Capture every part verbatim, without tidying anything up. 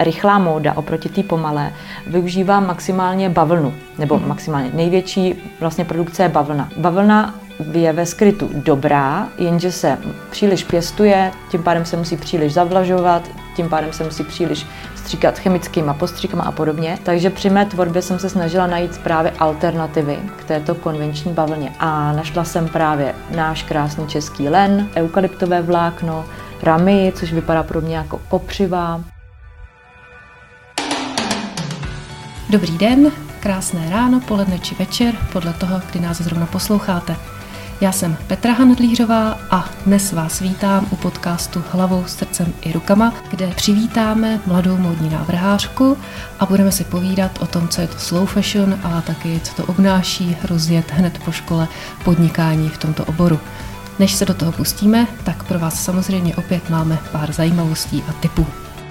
rychlá móda oproti té pomalé využívá maximálně bavlnu, nebo maximálně největší vlastně produkce je bavlna. Bavlna je ve skrytu dobrá, jenže se příliš pěstuje, tím pádem se musí příliš zavlažovat, tím pádem se musí příliš stříkat chemickýma postříkama a podobně. Takže při mé tvorbě jsem se snažila najít právě alternativy k této konvenční bavlně. A našla jsem právě náš krásný český len, eukalyptové vlákno, ramy, což vypadá pro mě jako kopřiva. Dobrý den, krásné ráno, poledne či večer, podle toho, kdy nás zrovna posloucháte. Já jsem Petra Handlířová a dnes vás vítám u podcastu Hlavou, srdcem i rukama, kde přivítáme mladou módní návrhářku a budeme si povídat o tom, co je to slow fashion a taky, co to obnáší rozjet hned po škole podnikání v tomto oboru. Než se do toho pustíme, tak pro vás samozřejmě opět máme pár zajímavostí a tipů.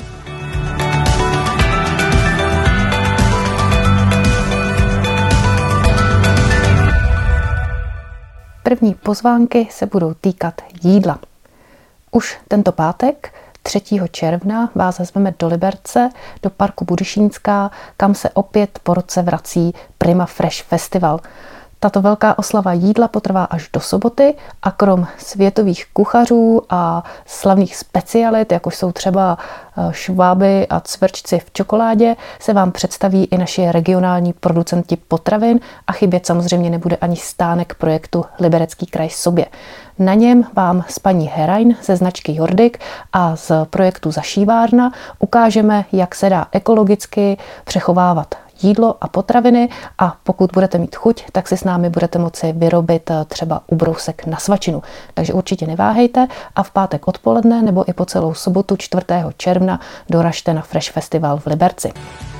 První pozvánky se budou týkat jídla. Už tento pátek, třetího června, vás vezmeme do Liberce, do parku Budyšínská, kam se opět po roce vrací Prima Fresh Festival. Tato velká oslava jídla potrvá až do soboty a krom světových kuchařů a slavných specialit, jako jsou třeba šváby a cvrčci v čokoládě, se vám představí i naši regionální producenti potravin a chybět samozřejmě nebude ani stánek projektu Liberecký kraj sobě. Na něm vám s paní Herajn ze značky Jordik a z projektu Zašívárna ukážeme, jak se dá ekologicky přechovávat jídlo a potraviny a pokud budete mít chuť, tak si s námi budete moci vyrobit třeba ubrousek na svačinu. Takže určitě neváhejte a v pátek odpoledne nebo i po celou sobotu čtvrtého června doražte na Fresh Festival v Liberci.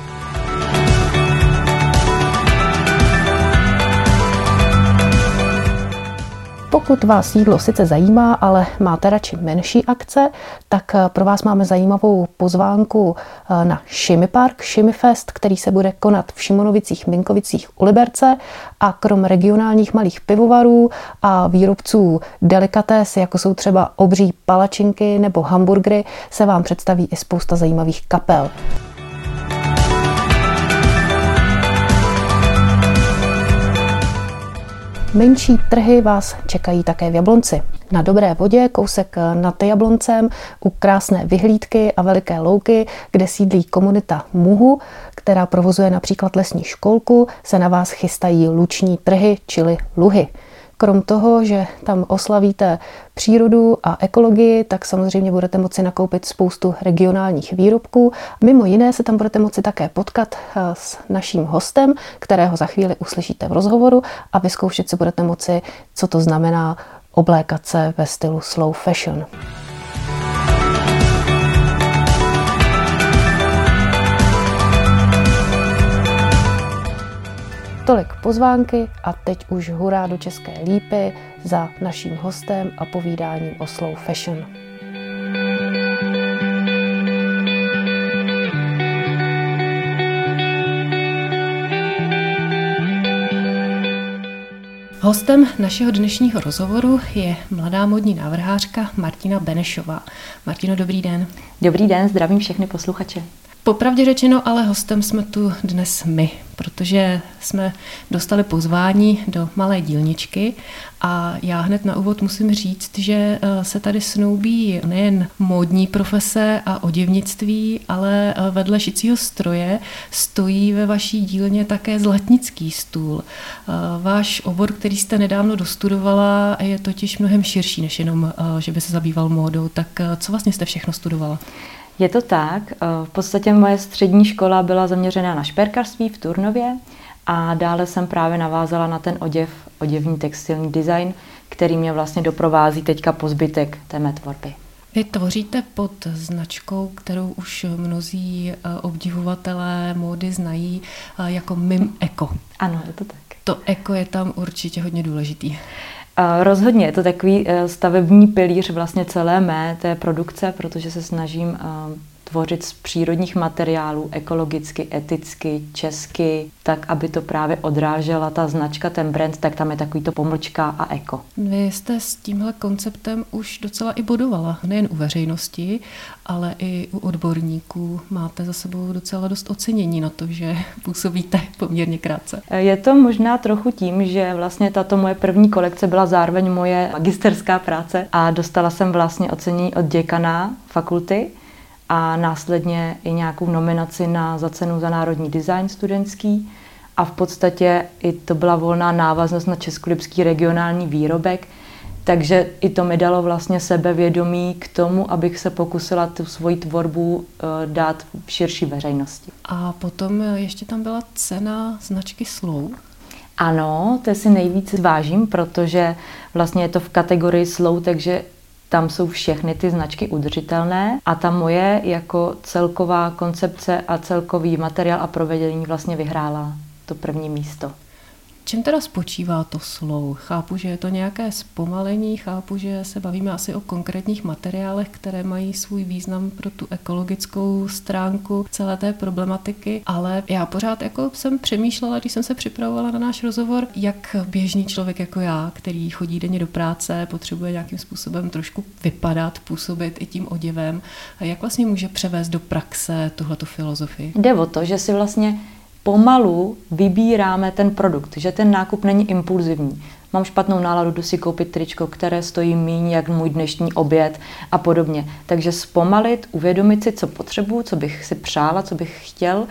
Pokud vás jídlo sice zajímá, ale máte radši menší akce, tak pro vás máme zajímavou pozvánku na Shimy Park, Shimy Fest, který se bude konat v Šimonovicích Minkovicích u Liberce a krom regionálních malých pivovarů a výrobců delikatés, jako jsou třeba obří palačinky nebo hamburgery, se vám představí i spousta zajímavých kapel. Menší trhy vás čekají také v Jablonci. Na Dobré vodě, kousek nad Jabloncem, u krásné vyhlídky a veliké louky, kde sídlí komunita Muhu, která provozuje například lesní školku, se na vás chystají luční trhy, čili luhy. Krom toho, že tam oslavíte přírodu a ekologii, tak samozřejmě budete moci nakoupit spoustu regionálních výrobků. Mimo jiné se tam budete moci také potkat s naším hostem, kterého za chvíli uslyšíte v rozhovoru a vyzkoušet si budete moci, co to znamená oblékat se ve stylu slow fashion. Tolik pozvánky a teď už hurá do České Lípy za naším hostem a povídáním o slow fashion. Hostem našeho dnešního rozhovoru je mladá módní návrhářka Martina Benešová. Martino, dobrý den. Dobrý den, zdravím všechny posluchače. Popravdě řečeno, ale hostem jsme tu dnes my, protože jsme dostali pozvání do malé dílničky a já hned na úvod musím říct, že se tady snoubí nejen módní profese a oděvnictví, ale vedle šicího stroje stojí ve vaší dílně také zlatnický stůl. Váš obor, který jste nedávno dostudovala, je totiž mnohem širší, než jenom, že by se zabýval módou. Tak co vlastně jste všechno studovala? Je to tak. V podstatě moje střední škola byla zaměřená na šperkařství v Turnově a dále jsem právě navázala na ten oděv, oděvní textilní design, který mě vlastně doprovází teďka po zbytek té mé tvorby. Vy tvoříte pod značkou, kterou už mnozí obdivovatelé módy znají jako Mim Eko. Ano, je to tak. To eko je tam určitě hodně důležitý. Rozhodně, je to takový stavební pilíř vlastně celé mé té produkce, protože se snažím tvořit z přírodních materiálů, ekologicky, eticky, česky, tak, aby to právě odrážela ta značka, ten brand, tak tam je takový to pomlčka a eko. Vy jste s tímhle konceptem už docela i bodovala, nejen u veřejnosti, ale i u odborníků. Máte za sebou docela dost ocenění na to, že působíte poměrně krátce. Je to možná trochu tím, že vlastně tato moje první kolekce byla zároveň moje magisterská práce a dostala jsem vlastně ocenění od děkana fakulty a následně i nějakou nominaci na za cenu za národní design studentský. A v podstatě i to byla volná návaznost na českolipský regionální výrobek, takže i to mi dalo vlastně sebevědomí k tomu, abych se pokusila tu svoji tvorbu dát v širší veřejnosti. A potom ještě tam byla cena značky Slow. Ano, to si nejvíc vážím, protože vlastně je to v kategorii Slow, takže tam jsou všechny ty značky udržitelné a ta moje jako celková koncepce a celkový materiál a provedení vlastně vyhrála to první místo. Čím teda spočívá to Slow? Chápu, že je to nějaké zpomalení, chápu, že se bavíme asi o konkrétních materiálech, které mají svůj význam pro tu ekologickou stránku celé té problematiky, ale já pořád jako jsem přemýšlela, když jsem se připravovala na náš rozhovor, jak běžný člověk jako já, který chodí denně do práce, potřebuje nějakým způsobem trošku vypadat, působit i tím oděvem, jak vlastně může převést do praxe tuhletu filozofii? Jde o to, že si vlastně pomalu vybíráme ten produkt, že ten nákup není impulzivní. Mám špatnou náladu, jdu si koupit tričko, které stojí míň jak můj dnešní oběd a podobně. Takže zpomalit, uvědomit si, co potřebuju, co bych si přála, co bych chtěl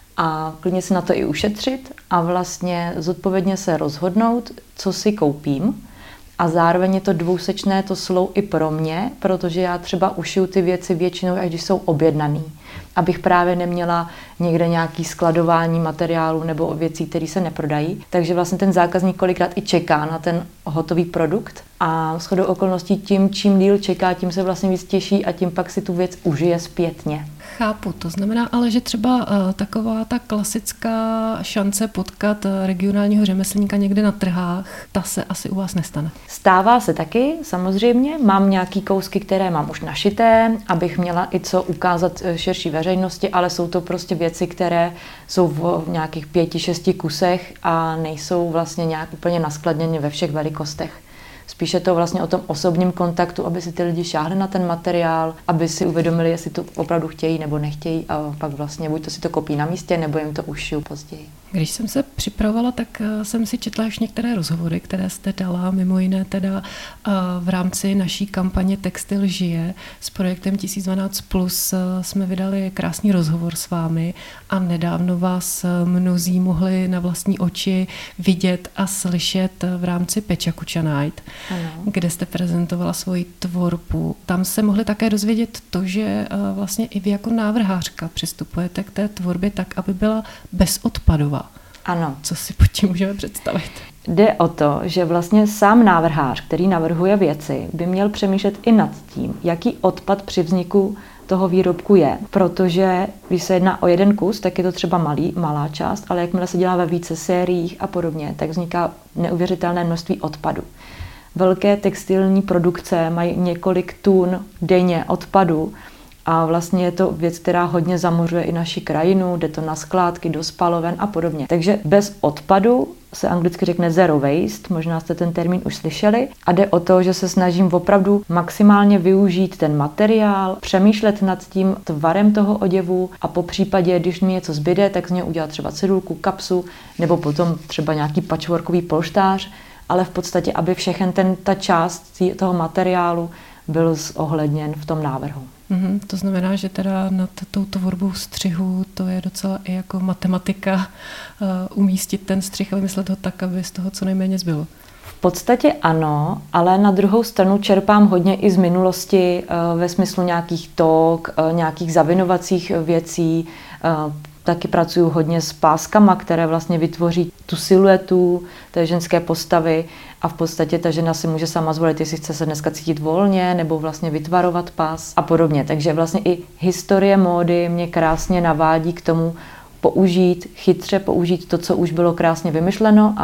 a klidně si na to i ušetřit a vlastně zodpovědně se rozhodnout, co si koupím. A zároveň je to dvousečné, to Slow i pro mě, protože já třeba ušiju ty věci většinou, až když jsou objednaný. Abych právě neměla někde nějaký skladování materiálu nebo věcí, které se neprodají. Takže vlastně ten zákazník kolikrát i čeká na ten hotový produkt a shodou okolností tím, čím díl čeká, tím se vlastně víc těší a tím pak si tu věc užije zpětně. Chápu, to znamená ale, že třeba uh, taková ta klasická šance potkat regionálního řemeslníka někde na trhách, ta se asi u vás nestane. Stává se taky, samozřejmě. Mám nějaký kousky, které mám už našité, abych měla i co ukázat širší veřejnosti, ale jsou to prostě věci, které jsou v nějakých pěti, šesti kusech a nejsou vlastně nějak úplně naskladněny ve všech velikostech. Spíše to vlastně o tom osobním kontaktu, aby si ty lidi šáhli na ten materiál, aby si uvědomili, jestli to opravdu chtějí nebo nechtějí a pak vlastně buď to si to kopí na místě, nebo jim to ušiju později. Když jsem se připravovala, tak jsem si četla už některé rozhovory, které jste dala, mimo jiné teda v rámci naší kampaně Textil žije s projektem tisíc dvanáct plus jsme vydali krásný rozhovor s vámi a nedávno vás mnozí mohli na vlastní oči vidět a slyšet v rámci Peča Kuča Night, ano, kde jste prezentovala svoji tvorbu. Tam se mohli také dozvědět to, že vlastně i vy jako návrhářka přistupujete k té tvorbě tak, aby byla bezodpadová. Ano. Co si pod tím můžeme představit? Jde o to, že vlastně sám návrhář, který navrhuje věci, by měl přemýšlet i nad tím, jaký odpad při vzniku toho výrobku je. Protože když se jedná o jeden kus, tak je to třeba malý, malá část, ale jakmile se dělá ve více sériích a podobně, tak vzniká neuvěřitelné množství odpadu. Velké textilní produkce mají několik tun denně odpadu a vlastně je to věc, která hodně zamořuje i naši krajinu, jde to na skládky, do spaloven a podobně. Takže bez odpadu se anglicky řekne zero waste, možná jste ten termín už slyšeli, a jde o to, že se snažím opravdu maximálně využít ten materiál, přemýšlet nad tím tvarem toho oděvu a po případě, když mi něco zbyde, tak z něj udělat třeba cedulku, kapsu nebo potom třeba nějaký patchworkový polštář, ale v podstatě, aby všechen ten, ta část toho materiálu byl zohledněn v tom návrhu. Mm-hmm, to znamená, že teda nad tou tvorbou střihu to je docela i jako matematika uh, umístit ten střih a vymyslet ho tak, aby z toho co nejméně zbylo. V podstatě ano, ale na druhou stranu čerpám hodně i z minulosti uh, ve smyslu nějakých tok, uh, nějakých zavinovacích věcí. Uh, taky pracuju hodně s páskama, které vlastně vytvoří tu siluetu té ženské postavy a v podstatě ta žena si může sama zvolit, jestli chce se dneska cítit volně nebo vlastně vytvarovat pás a podobně. Takže vlastně i historie módy mě krásně navádí k tomu použít, chytře použít to, co už bylo krásně vymyšleno a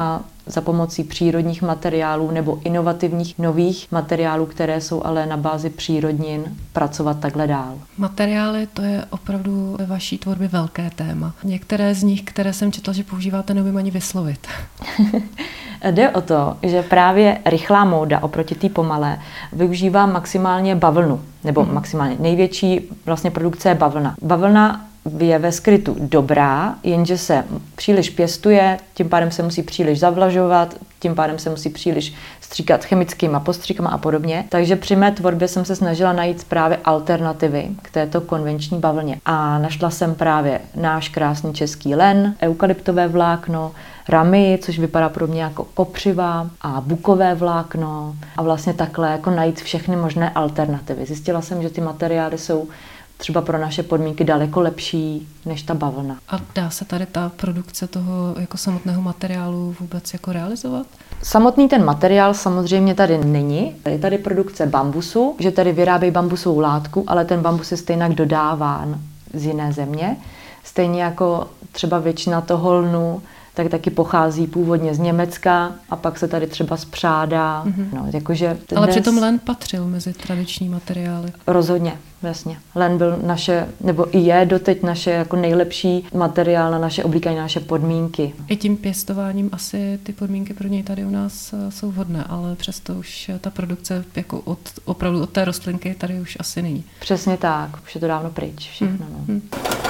za pomocí přírodních materiálů nebo inovativních nových materiálů, které jsou ale na bázi přírodnin, pracovat takhle dál. Materiály, to je opravdu ve vaší tvorbě velké téma. Některé z nich, které jsem četla, že používáte, neumím ani vyslovit. Jde o to, že právě rychlá móda oproti té pomalé využívá maximálně bavlnu, nebo mm. maximálně největší vlastně produkce je bavlna. Bavlna je ve skrytu dobrá, jenže se příliš pěstuje, tím pádem se musí příliš zavlažovat, tím pádem se musí příliš stříkat chemickýma postříkama a podobně. Takže při mé tvorbě jsem se snažila najít právě alternativy k této konvenční bavlně. A našla jsem právě náš krásný český len, eukalyptové vlákno, ramy, což vypadá pro mě jako kopřiva, a bukové vlákno a vlastně takhle jako najít všechny možné alternativy. Zjistila jsem, že ty materiály jsou třeba pro naše podmínky daleko lepší než ta bavlna. A dá se tady ta produkce toho jako samotného materiálu vůbec jako realizovat? Samotný ten materiál samozřejmě tady není. Je tady produkce bambusu, že tady vyrábějí bambusovou látku, ale ten bambus je stejně dodáván z jiné země. Stejně jako třeba většina toho lnu, tak taky pochází původně z Německa a pak se tady třeba spřádá. Mm-hmm. No, jakože ale dnes... přitom len patřil mezi tradiční materiály. Rozhodně, jasně. Len byl naše, nebo i je doteď naše jako nejlepší materiál na naše oblíkání, na naše podmínky. I tím pěstováním asi ty podmínky pro něj tady u nás jsou vhodné, ale přesto už ta produkce jako od, opravdu od té rostlinky tady už asi není. Přesně tak, už je to dávno pryč všechno. Mm. No. Mm.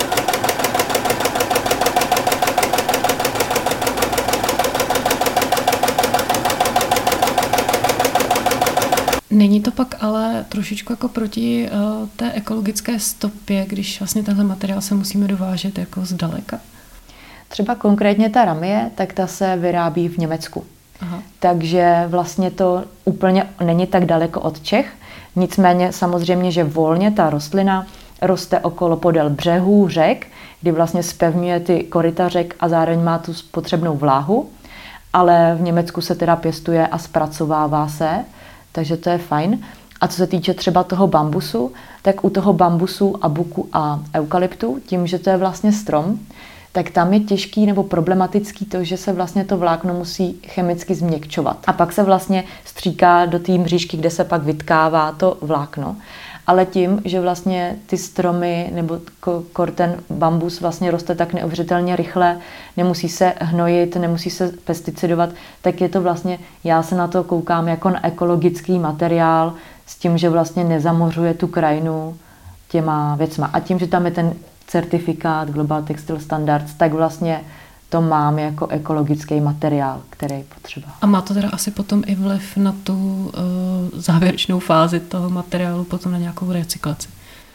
Není to pak ale trošičku jako proti uh, té ekologické stopě, když vlastně tenhle materiál se musíme dovážet jako zdaleka? Třeba konkrétně ta ramie, tak ta se vyrábí v Německu. Aha. Takže vlastně to úplně není tak daleko od Čech. Nicméně samozřejmě, že volně ta rostlina roste okolo podél břehů řek, kdy vlastně zpevňuje ty koryta řek a zároveň má tu potřebnou vláhu. Ale v Německu se teda pěstuje a zpracovává se, takže to je fajn. A co se týče třeba toho bambusu, tak u toho bambusu a buku a eukalyptu, tím, že to je vlastně strom, tak tam je těžký nebo problematický to, že se vlastně to vlákno musí chemicky změkčovat. A pak se vlastně stříká do té mřížky, kde se pak vytkává to vlákno. Ale tím, že vlastně ty stromy nebo kor ten bambus vlastně roste tak neuvěřitelně rychle, nemusí se hnojit, nemusí se pesticidovat, tak je to vlastně, já se na to koukám jako na ekologický materiál s tím, že vlastně nezamořuje tu krajinu těma věcma. A tím, že tam je ten certifikát Global Textile Standards, tak vlastně to mám jako ekologický materiál, který je potřeba. A má to teda asi potom i vliv na tu uh, závěrečnou fázi toho materiálu, potom na nějakou recyklaci?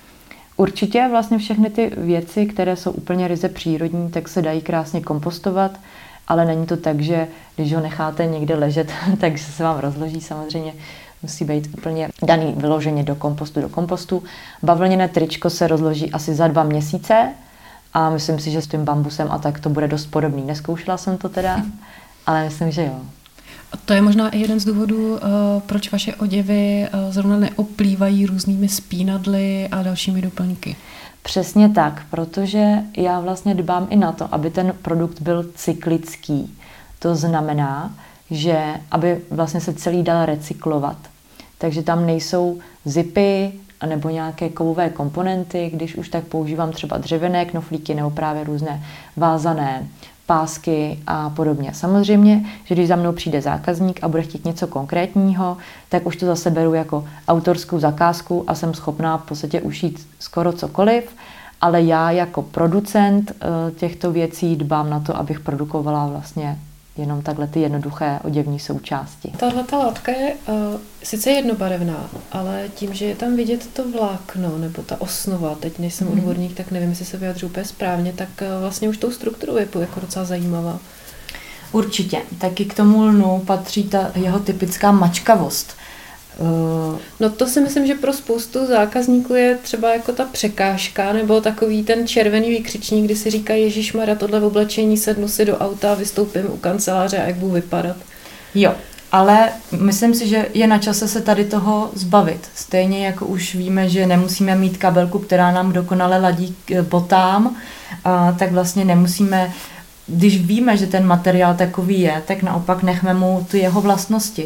Určitě vlastně všechny ty věci, které jsou úplně ryze přírodní, tak se dají krásně kompostovat, ale není to tak, že když ho necháte někde ležet, takže se vám rozloží samozřejmě. Musí být úplně daný vyloženě do kompostu, do kompostu. Bavlněné tričko se rozloží asi za dva měsíce, a myslím si, že s tím bambusem a tak to bude dost podobný. Neskoušela jsem to teda, ale myslím, že jo. A to je možná i jeden z důvodů, proč vaše oděvy zrovna neoplývají různými spínadly a dalšími doplňky. Přesně tak, protože já vlastně dbám i na to, aby ten produkt byl cyklický. To znamená, že aby vlastně se celý dal recyklovat. Takže tam nejsou zipy, nebo nějaké kovové komponenty, když už tak používám třeba dřevěné knoflíky nebo právě různé vázané pásky a podobně. Samozřejmě, že když za mnou přijde zákazník a bude chtít něco konkrétního, tak už to zase beru jako autorskou zakázku a jsem schopná v podstatě ušít skoro cokoliv, ale já jako producent těchto věcí dbám na to, abych produkovala vlastně jenom takhle ty jednoduché oděvní součásti. Tahle ta látka je uh, sice jednobarevná, ale tím, že je tam vidět to vlákno nebo ta osnova, teď nejsem mm. odborník, tak nevím, jestli se vyjadřu úplně správně, tak uh, vlastně už tou strukturou je jako docela zajímavá. Určitě. Taky k tomu lnu patří ta jeho typická mačkavost. No to si myslím, že pro spoustu zákazníků je třeba jako ta překážka nebo takový ten červený výkřičník, kdy si říká ježišmarja, tohle v oblečení, sednu si do auta a vystoupím u kanceláře a jak budu vypadat. Jo, ale myslím si, že je na čase se tady toho zbavit. Stejně jako už víme, že nemusíme mít kabelku, která nám dokonale ladí k botám, tak vlastně nemusíme když víme, že ten materiál takový je, tak naopak nechme mu tu jeho vlastnosti,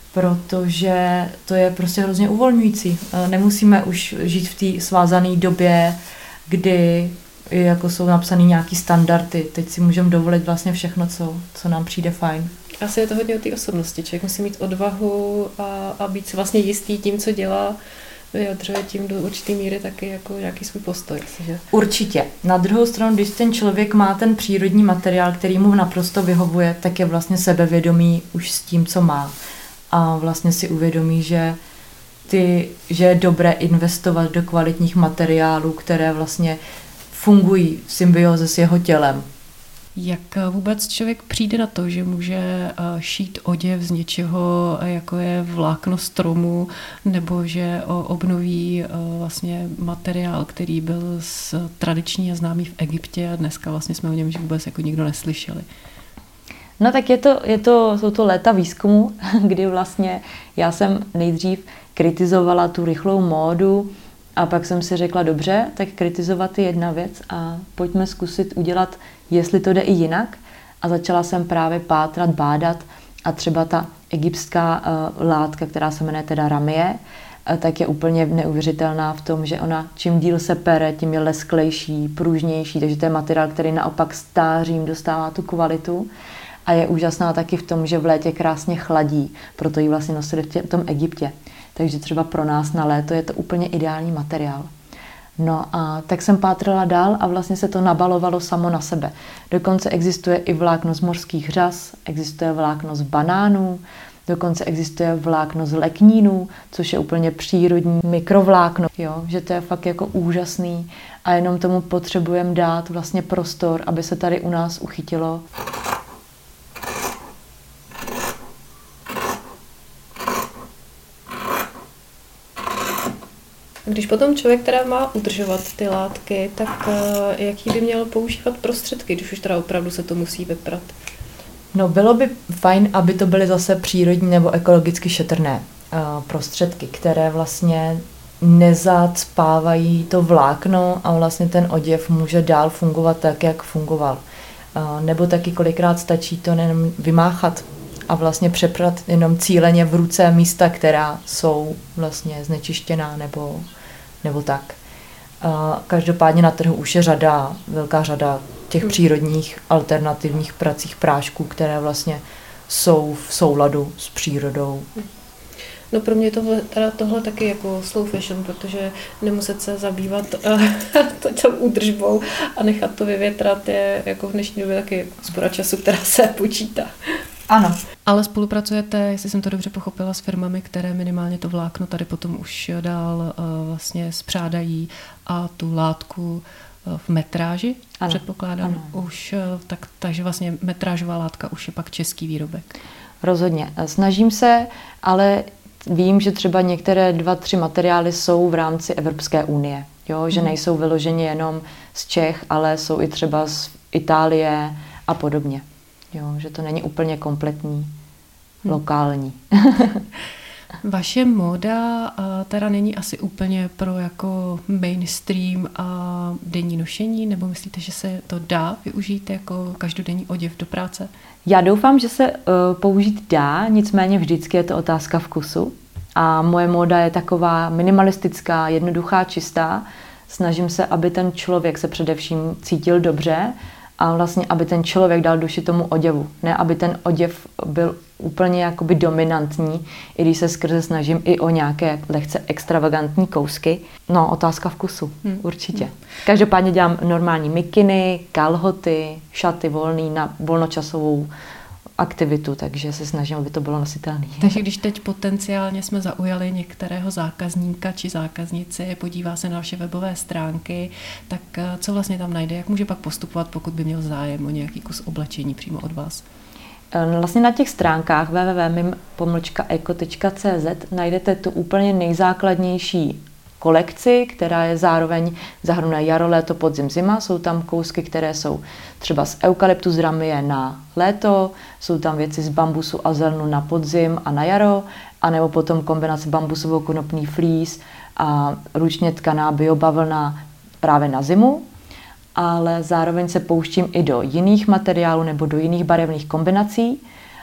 protože to je prostě hrozně uvolňující. Nemusíme už žít v té svázané době, kdy jako jsou napsané nějaký standardy. Teď si můžeme dovolit vlastně všechno, co, co nám přijde fajn. Asi je to hodně o té osobnosti. Člověk musí mít odvahu a, a být si vlastně jistý tím, co dělá, vyjadřuje tím do určité míry taky jako nějaký svůj postoj. Že? Určitě. Na druhou stranu, když ten člověk má ten přírodní materiál, který mu naprosto vyhovuje, tak je vlastně sebevědomý už s tím, co má. A vlastně si uvědomí, že, ty, že je dobré investovat do kvalitních materiálů, které vlastně fungují v symbioze s jeho tělem. Jak vůbec člověk přijde na to, že může šít oděv z něčeho, jako je vlákno stromu, nebo že obnoví vlastně materiál, který byl tradiční a známý v Egyptě a dneska vlastně jsme o něm vůbec jako nikdo neslyšeli? No tak je to, je to, jsou to léta výzkumu, kdy vlastně já jsem nejdřív kritizovala tu rychlou módu a pak jsem si řekla, dobře, tak kritizovat je jedna věc a pojďme zkusit udělat, jestli to jde i jinak. A začala jsem právě pátrat, bádat a třeba ta egyptská uh, látka, která se jmenuje teda ramie, uh, tak je úplně neuvěřitelná v tom, že ona čím díl se pere, tím je lesklejší, pružnější, takže to je materiál, který naopak stářím dostává tu kvalitu. A je úžasná taky v tom, že v létě krásně chladí, proto ji vlastně nosili v, tě, v tom Egyptě. Takže třeba pro nás na léto je to úplně ideální materiál. No a tak jsem pátrala dál a vlastně se to nabalovalo samo na sebe. Dokonce existuje i vlákno z mořských řas, existuje vlákno z banánů, dokonce existuje vlákno z leknínů, což je úplně přírodní mikrovlákno. Jo? Že to je fakt jako úžasný a jenom tomu potřebujeme dát vlastně prostor, aby se tady u nás uchytilo. Když potom člověk teda má udržovat ty látky, tak jaký by měl používat prostředky, když už teda opravdu se to musí vyprat? No bylo by fajn, aby to byly zase přírodní nebo ekologicky šetrné uh, prostředky, které vlastně nezacpávají to vlákno a vlastně ten oděv může dál fungovat tak, jak fungoval. Uh, nebo taky kolikrát stačí to jenom vymáchat a vlastně přeprat jenom cíleně v ruce místa, která jsou vlastně znečištěná nebo, nebo tak. Každopádně na trhu už je řada, velká řada těch přírodních alternativních pracích prášků, které vlastně jsou v souladu s přírodou. No pro mě tohle, teda tohle taky jako slow fashion, protože nemuset se zabývat tou údržbou a nechat to vyvětrat je jako v dnešní době taky spora času, která se počítá. Ano. Ale spolupracujete, jestli jsem to dobře pochopila, s firmami, které minimálně to vlákno tady potom už dál uh, vlastně spřádají a tu látku uh, v metráži, ano. Předpokládám, ano. Už, uh, tak, takže vlastně metrážová látka už je pak český výrobek. Rozhodně. Snažím se, ale vím, že třeba některé dva, tři materiály jsou v rámci Evropské unie, jo? Že hmm. nejsou vyloženě jenom z Čech, ale jsou i třeba z Itálie a podobně. Jo, že to není úplně kompletní, hmm. lokální. Vaše móda teda není asi úplně pro jako mainstream a denní nošení, nebo myslíte, že se to dá využít jako každodenní oděv do práce? Já doufám, že se uh, použít dá, nicméně vždycky je to otázka vkusu. A moje móda je taková minimalistická, jednoduchá, čistá. Snažím se, aby ten člověk se především cítil dobře, a vlastně, aby ten člověk dal duši tomu oděvu. Ne, aby ten oděv byl úplně jakoby dominantní, i když se skrze snažím i o nějaké lehce extravagantní kousky. No, otázka vkusu, hmm. určitě. Každopádně dělám normální mikiny, kalhoty, šaty volný na volnočasovou aktivitu, takže se snažím, aby to bylo nositelné. Takže když teď potenciálně jsme zaujali některého zákazníka či zákaznici, podívá se na naše webové stránky, tak co vlastně tam najde? Jak může pak postupovat, pokud by měl zájem o nějaký kus oblečení přímo od vás? Vlastně na těch stránkách w w w tečka mim pomlčka eko tečka c z najdete tu úplně nejzákladnější kolekci, která je zároveň zahrnuje jaro, léto, podzim, zima. Jsou tam kousky, které jsou třeba z eukalyptu z ramie na léto, jsou tam věci z bambusu a zelnu na podzim a na jaro, anebo potom kombinace bambusovou konopný flíz a ručně tkaná biobavlna právě na zimu. ale zároveň se pouštím i do jiných materiálů nebo do jiných barevných kombinací,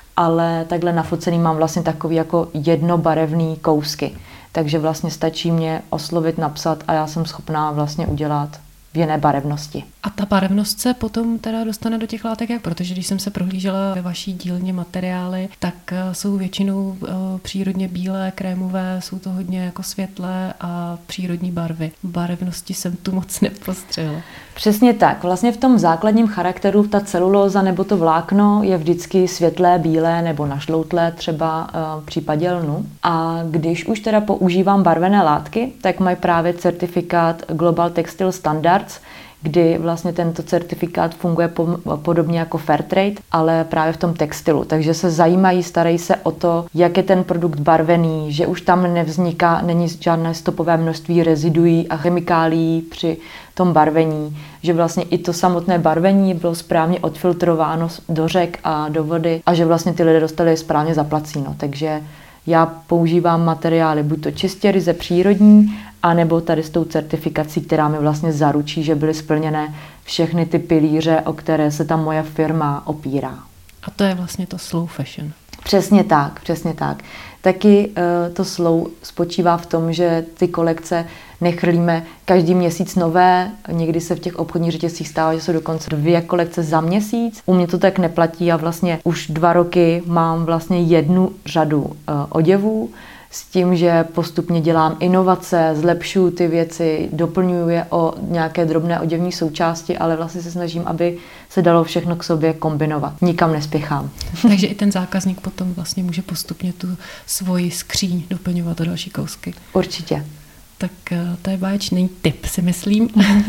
ale takhle nafocený mám vlastně takový jako jednobarevný kousky. Takže vlastně stačí mě oslovit, napsat a já jsem schopná vlastně udělat v jiné barevnosti. A ta barevnost se potom teda dostane do těch látek jak? Protože když jsem se prohlížela ve vaší dílně materiály, tak jsou většinou přírodně bílé, krémové, jsou to hodně jako světlé a přírodní barvy. Barevnosti jsem tu moc nepostřehla. Přesně tak. Vlastně v tom základním charakteru ta celulóza nebo to vlákno je vždycky světlé, bílé nebo nažloutlé, třeba v případě lnu. A když už teda používám barvené látky, tak mají právě certifikát Global Textile Standards, kdy vlastně tento certifikát funguje po, podobně jako Fairtrade, ale právě v tom textilu. Takže se zajímají, starají se o to, jak je ten produkt barvený, že už tam nevzniká, není žádné stopové množství reziduí a chemikálií při tom barvení, že vlastně i to samotné barvení bylo správně odfiltrováno do řek a do vody a že vlastně ty lidé dostali správně zaplacíno. Takže já používám materiály buď to čistě ryze přírodní, anebo tady s tou certifikací, která mi vlastně zaručí, že byly splněné všechny ty pilíře, o které se ta moje firma opírá. A to je vlastně to slow fashion. Přesně tak, přesně tak. Taky uh, to slow spočívá v tom, že ty kolekce nechrlíme každý měsíc nové, někdy se v těch obchodních řetězcích stává, že jsou dokonce dvě kolekce za měsíc. U mě to tak neplatí, já vlastně už dva roky mám vlastně jednu řadu uh, oděvů, s tím, že postupně dělám inovace, zlepšuju ty věci, doplňuju je o nějaké drobné oděvní součásti, ale vlastně se snažím, aby se dalo všechno k sobě kombinovat. Nikam nespěchám. Takže i ten zákazník potom vlastně může postupně tu svoji skříň doplňovat o další kousky. Určitě. Tak to je báječný tip, si myslím.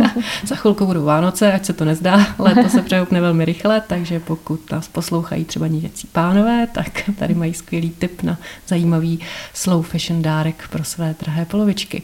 Za chvilku budou Vánoce, ať se to nezdá, léto se přehoupne velmi rychle, takže pokud nás poslouchají třeba nějací pánové, tak tady mají skvělý tip na zajímavý slow fashion dárek pro své drahé polovičky.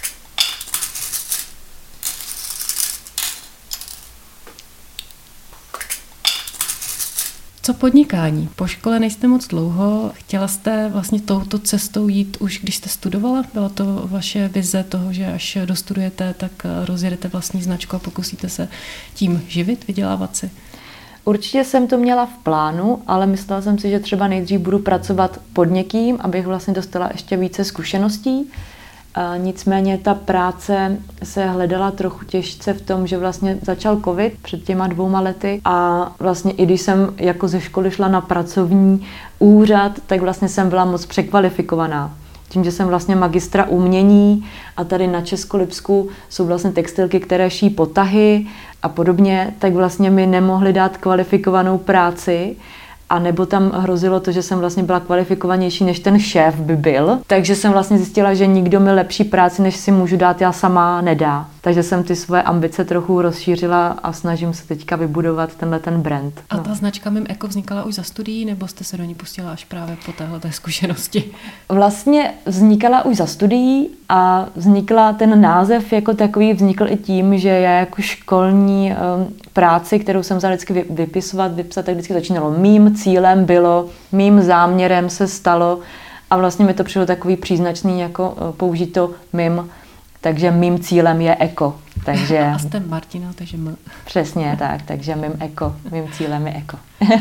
Co podnikání? Po škole nejste moc dlouho. Chtěla jste vlastně touto cestou jít už, když jste studovala? Byla to vaše vize toho, že až dostudujete, tak rozjedete vlastní značku a pokusíte se tím živit, vydělávat si? Určitě jsem to měla v plánu, ale myslela jsem si, že třeba nejdřív budu pracovat pod někým, abych vlastně dostala ještě více zkušeností. A nicméně ta práce se hledala trochu těžce v tom, že vlastně začal covid před těma dvouma lety a vlastně i když jsem jako ze školy šla na pracovní úřad, tak vlastně jsem byla moc překvalifikovaná. Tím, že jsem vlastně magistra umění a tady na Českolipsku jsou vlastně textilky, které ší potahy a podobně, tak vlastně mi nemohli dát kvalifikovanou práci. A nebo tam hrozilo to, že jsem vlastně byla kvalifikovanější, než ten šéf by byl. Takže jsem vlastně zjistila, že nikdo mi lepší práci, než si můžu dát já sama, nedá. Takže jsem ty svoje ambice trochu rozšířila a snažím se teďka vybudovat tenhle ten brand. A ta no. značka Mim Eko vznikala už za studií, nebo jste se do ní pustila až právě po téhleté zkušenosti? Vlastně vznikala už za studií a vznikla ten název jako takový, vznikl i tím, že já jako školní um, práci, kterou jsem vzala vždycky vypisovat, vypsat, tak vždycky začínalo. Mým cílem bylo, mým záměrem se stalo a vlastně mi to přišlo takový příznačný, jako uh, použít to mým. Takže mým cílem je eko. Takže... A jste Martina, takže m. Přesně tak, takže mým eko. Mým cílem je eko.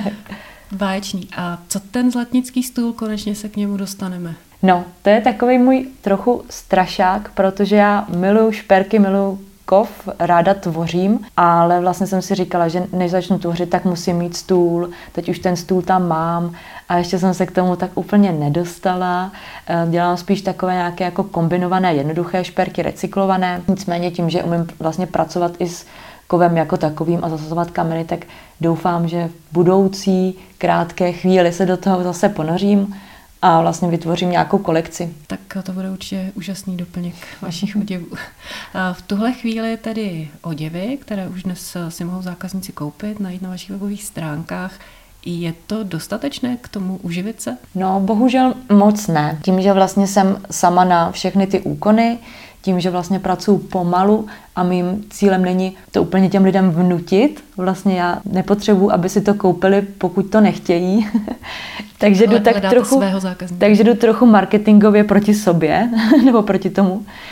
Báječný. A co ten zlatnický stůl, konečně se k němu dostaneme? No, to je takový můj trochu strašák, protože já miluju šperky, miluju kov, ráda tvořím, ale vlastně jsem si říkala, že než začnu tvořit, tak musím mít stůl. Teď už ten stůl tam mám a ještě jsem se k tomu tak úplně nedostala. Dělám spíš takové nějaké jako kombinované, jednoduché šperky, recyklované. Nicméně tím, že umím vlastně pracovat i s kovem jako takovým a zasazovat kameny, tak doufám, že v budoucí krátké chvíli se do toho zase ponořím a vlastně vytvořím nějakou kolekci. Tak to bude určitě úžasný doplněk vašich oděvů. V tuhle chvíli tedy oděvy, které už dnes si mohou zákazníci koupit, najít na vašich webových stránkách. Je to dostatečné k tomu uživit se? No, bohužel moc ne. Tím, že vlastně jsem sama na všechny ty úkony, tím, že vlastně pracuji pomalu a mým cílem není to úplně těm lidem vnutit. Vlastně já nepotřebuji, aby si to koupili, pokud to nechtějí. takže, jdu tak trochu, takže jdu trochu marketingově proti sobě, nebo proti tomu.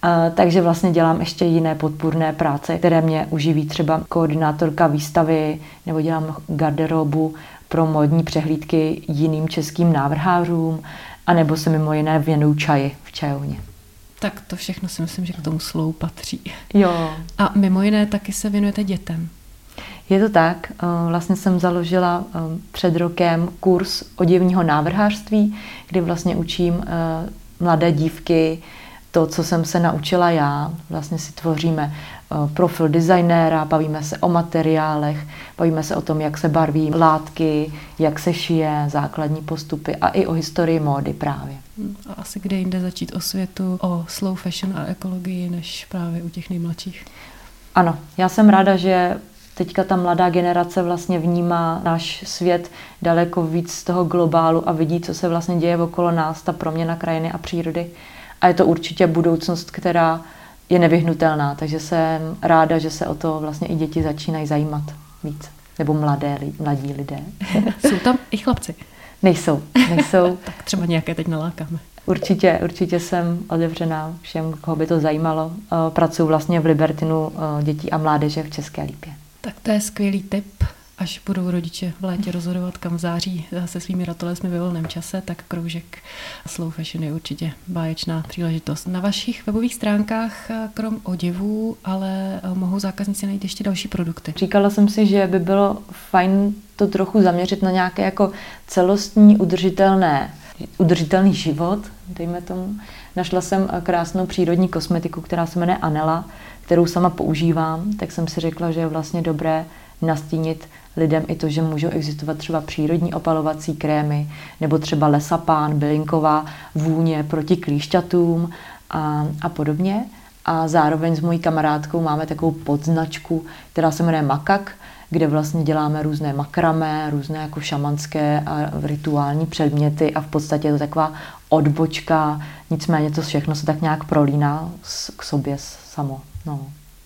takže vlastně dělám ještě jiné podpůrné práce, které mě uživí, třeba koordinátorka výstavy, nebo dělám garderobu pro módní přehlídky jiným českým návrhářům, anebo se mimo jiné věnuju čaji v čajovně. Tak to všechno si myslím, že k tomu slovu patří. Jo. A mimo jiné taky se věnujete dětem. Je to tak. Vlastně jsem založila před rokem kurz oděvního návrhářství, kdy vlastně učím mladé dívky to, co jsem se naučila já. Vlastně si tvoříme profil designéra, bavíme se o materiálech, bavíme se o tom, jak se barví látky, jak se šije, základní postupy a i o historii módy právě. A asi kde jinde začít osvětu o slow fashion a ekologii, než právě u těch nejmladších? Ano, já jsem ráda, že teďka ta mladá generace vlastně vnímá náš svět daleko víc z toho globálu a vidí, co se vlastně děje okolo nás, ta proměna krajiny a přírody. A je to určitě budoucnost, která je nevyhnutelná, takže jsem ráda, že se o to vlastně i děti začínají zajímat víc. Nebo mladé, mladí lidé. Jsou tam i chlapci? Nejsou, nejsou. Tak třeba nějaké teď nalákáme. Určitě, určitě jsem otevřená všem, koho by to zajímalo. Pracuji vlastně v Libertinu dětí a mládeže v České Lípě. Tak to je skvělý tip. Až budou rodiče v létě rozhodovat, kam v září se svými ratolesmi ve volném čase, tak kroužek slow fashion je určitě báječná příležitost. Na vašich webových stránkách krom oděvů, ale mohou zákazníci najít ještě další produkty. Říkala jsem si, že by bylo fajn to trochu zaměřit na nějaké jako celostní udržitelné, udržitelný život, dejme tomu. Našla jsem krásnou přírodní kosmetiku, která se jmenuje Anela, kterou sama používám, tak jsem si řekla, že je vlastně dobré nastínit lidem i to, že můžou existovat třeba přírodní opalovací krémy, nebo třeba Lesapán, bylinková vůně proti klíšťatům a, a podobně. A zároveň s mojí kamarádkou máme takovou podznačku, která se jmenuje Makak, kde vlastně děláme různé makramé, různé jako šamanské a rituální předměty a v podstatě je to taková odbočka, nicméně to všechno se tak nějak prolíná k sobě samo. No.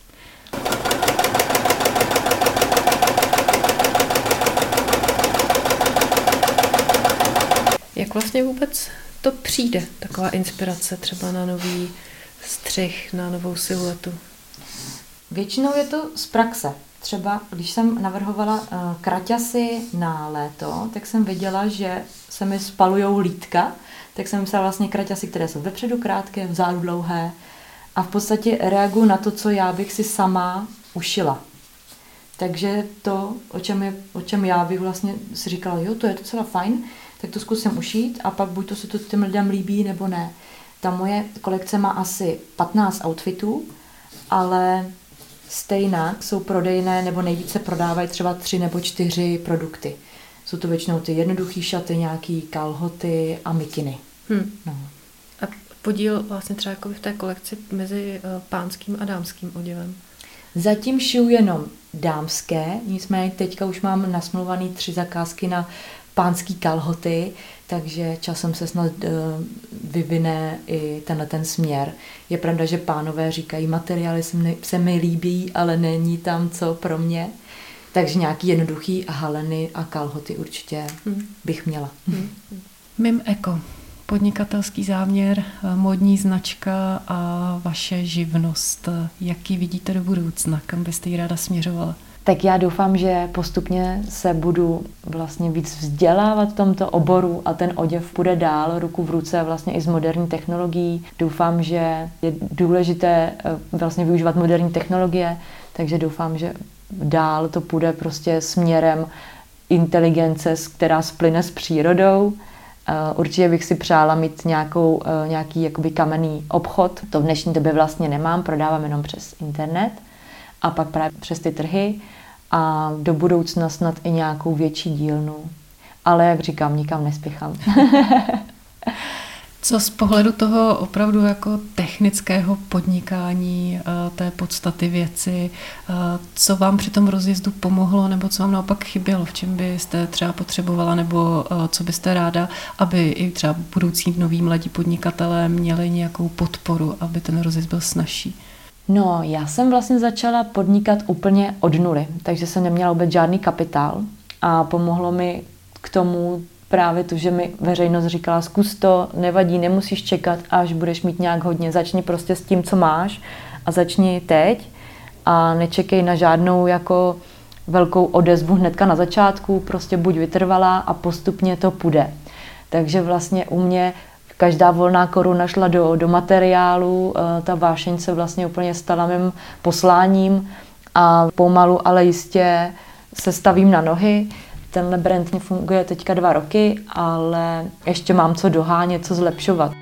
Jak vlastně vůbec to přijde, taková inspirace třeba na nový střih, na novou siluetu? Většinou je to z praxe. Třeba když jsem navrhovala uh, kraťasy na léto, tak jsem viděla, že se mi spalujou lítka, tak jsem myslela vlastně kraťasy, které jsou vepředu krátké, vzadu dlouhé a v podstatě reaguju na to, co já bych si sama ušila. Takže to, o čem, je, o čem já bych vlastně si říkala, jo, to je docela fajn, tak to zkusím ušít a pak buď to se to těm lidem líbí, nebo ne. Ta moje kolekce má asi patnáct outfitů, ale stejně jsou prodejné nebo nejvíce prodávají třeba tři nebo čtyři produkty. Jsou to většinou ty jednoduché šaty, nějaký kalhoty a mikiny. Hmm. No. A podíl vlastně třeba jako v té kolekci mezi pánským a dámským oděvem? Zatím šiju jenom dámské, nicméně teďka už mám nasmluvaný tři zakázky na pánský kalhoty, takže časem se snad uh, vyvine i tenhle ten směr. Je pravda, že pánové říkají, materiály se, mne, se mi líbí, ale není tam co pro mě. Takže nějaký jednoduchý haleny a kalhoty určitě hmm. bych měla. Hmm. Mim Eko, podnikatelský záměr, módní značka a vaše živnost. Jaký vidíte do budoucna? Kam byste ji ráda směřovala? Tak já doufám, že postupně se budu vlastně víc vzdělávat v tomto oboru a ten oděv půjde dál ruku v ruce vlastně i s moderní technologií. Doufám, že je důležité vlastně využívat moderní technologie, takže doufám, že dál to půjde prostě směrem inteligence, která splyne s přírodou. Určitě bych si přála mít nějakou, nějaký jakoby kamenný obchod. To v dnešní době vlastně nemám, prodávám jenom přes internet a pak právě přes ty trhy a do budoucna snad i nějakou větší dílnu. Ale jak říkám, nikam nespěchám. Co z pohledu toho opravdu jako technického podnikání, té podstaty věci, co vám při tom rozjezdu pomohlo, nebo co vám naopak chybělo, v čem byste třeba potřebovala, nebo co byste ráda, aby i třeba budoucí noví mladí podnikatelé měli nějakou podporu, aby ten rozjezd byl snazší? No, já jsem vlastně začala podnikat úplně od nuly, takže jsem neměla vůbec žádný kapitál a pomohlo mi k tomu právě to, že mi veřejnost říkala, zkus to, nevadí, nemusíš čekat, až budeš mít nějak hodně, začni prostě s tím, co máš a začni teď a nečekej na žádnou jako velkou odezvu hnedka na začátku, prostě buď vytrvalá a postupně to půjde. Takže vlastně u mě každá volná koruna šla do, do materiálu, ta vášeň se vlastně úplně stala mým posláním a pomalu, ale jistě se stavím na nohy. Tenhle brand funguje teďka dva roky, ale ještě mám co dohánět, co zlepšovat.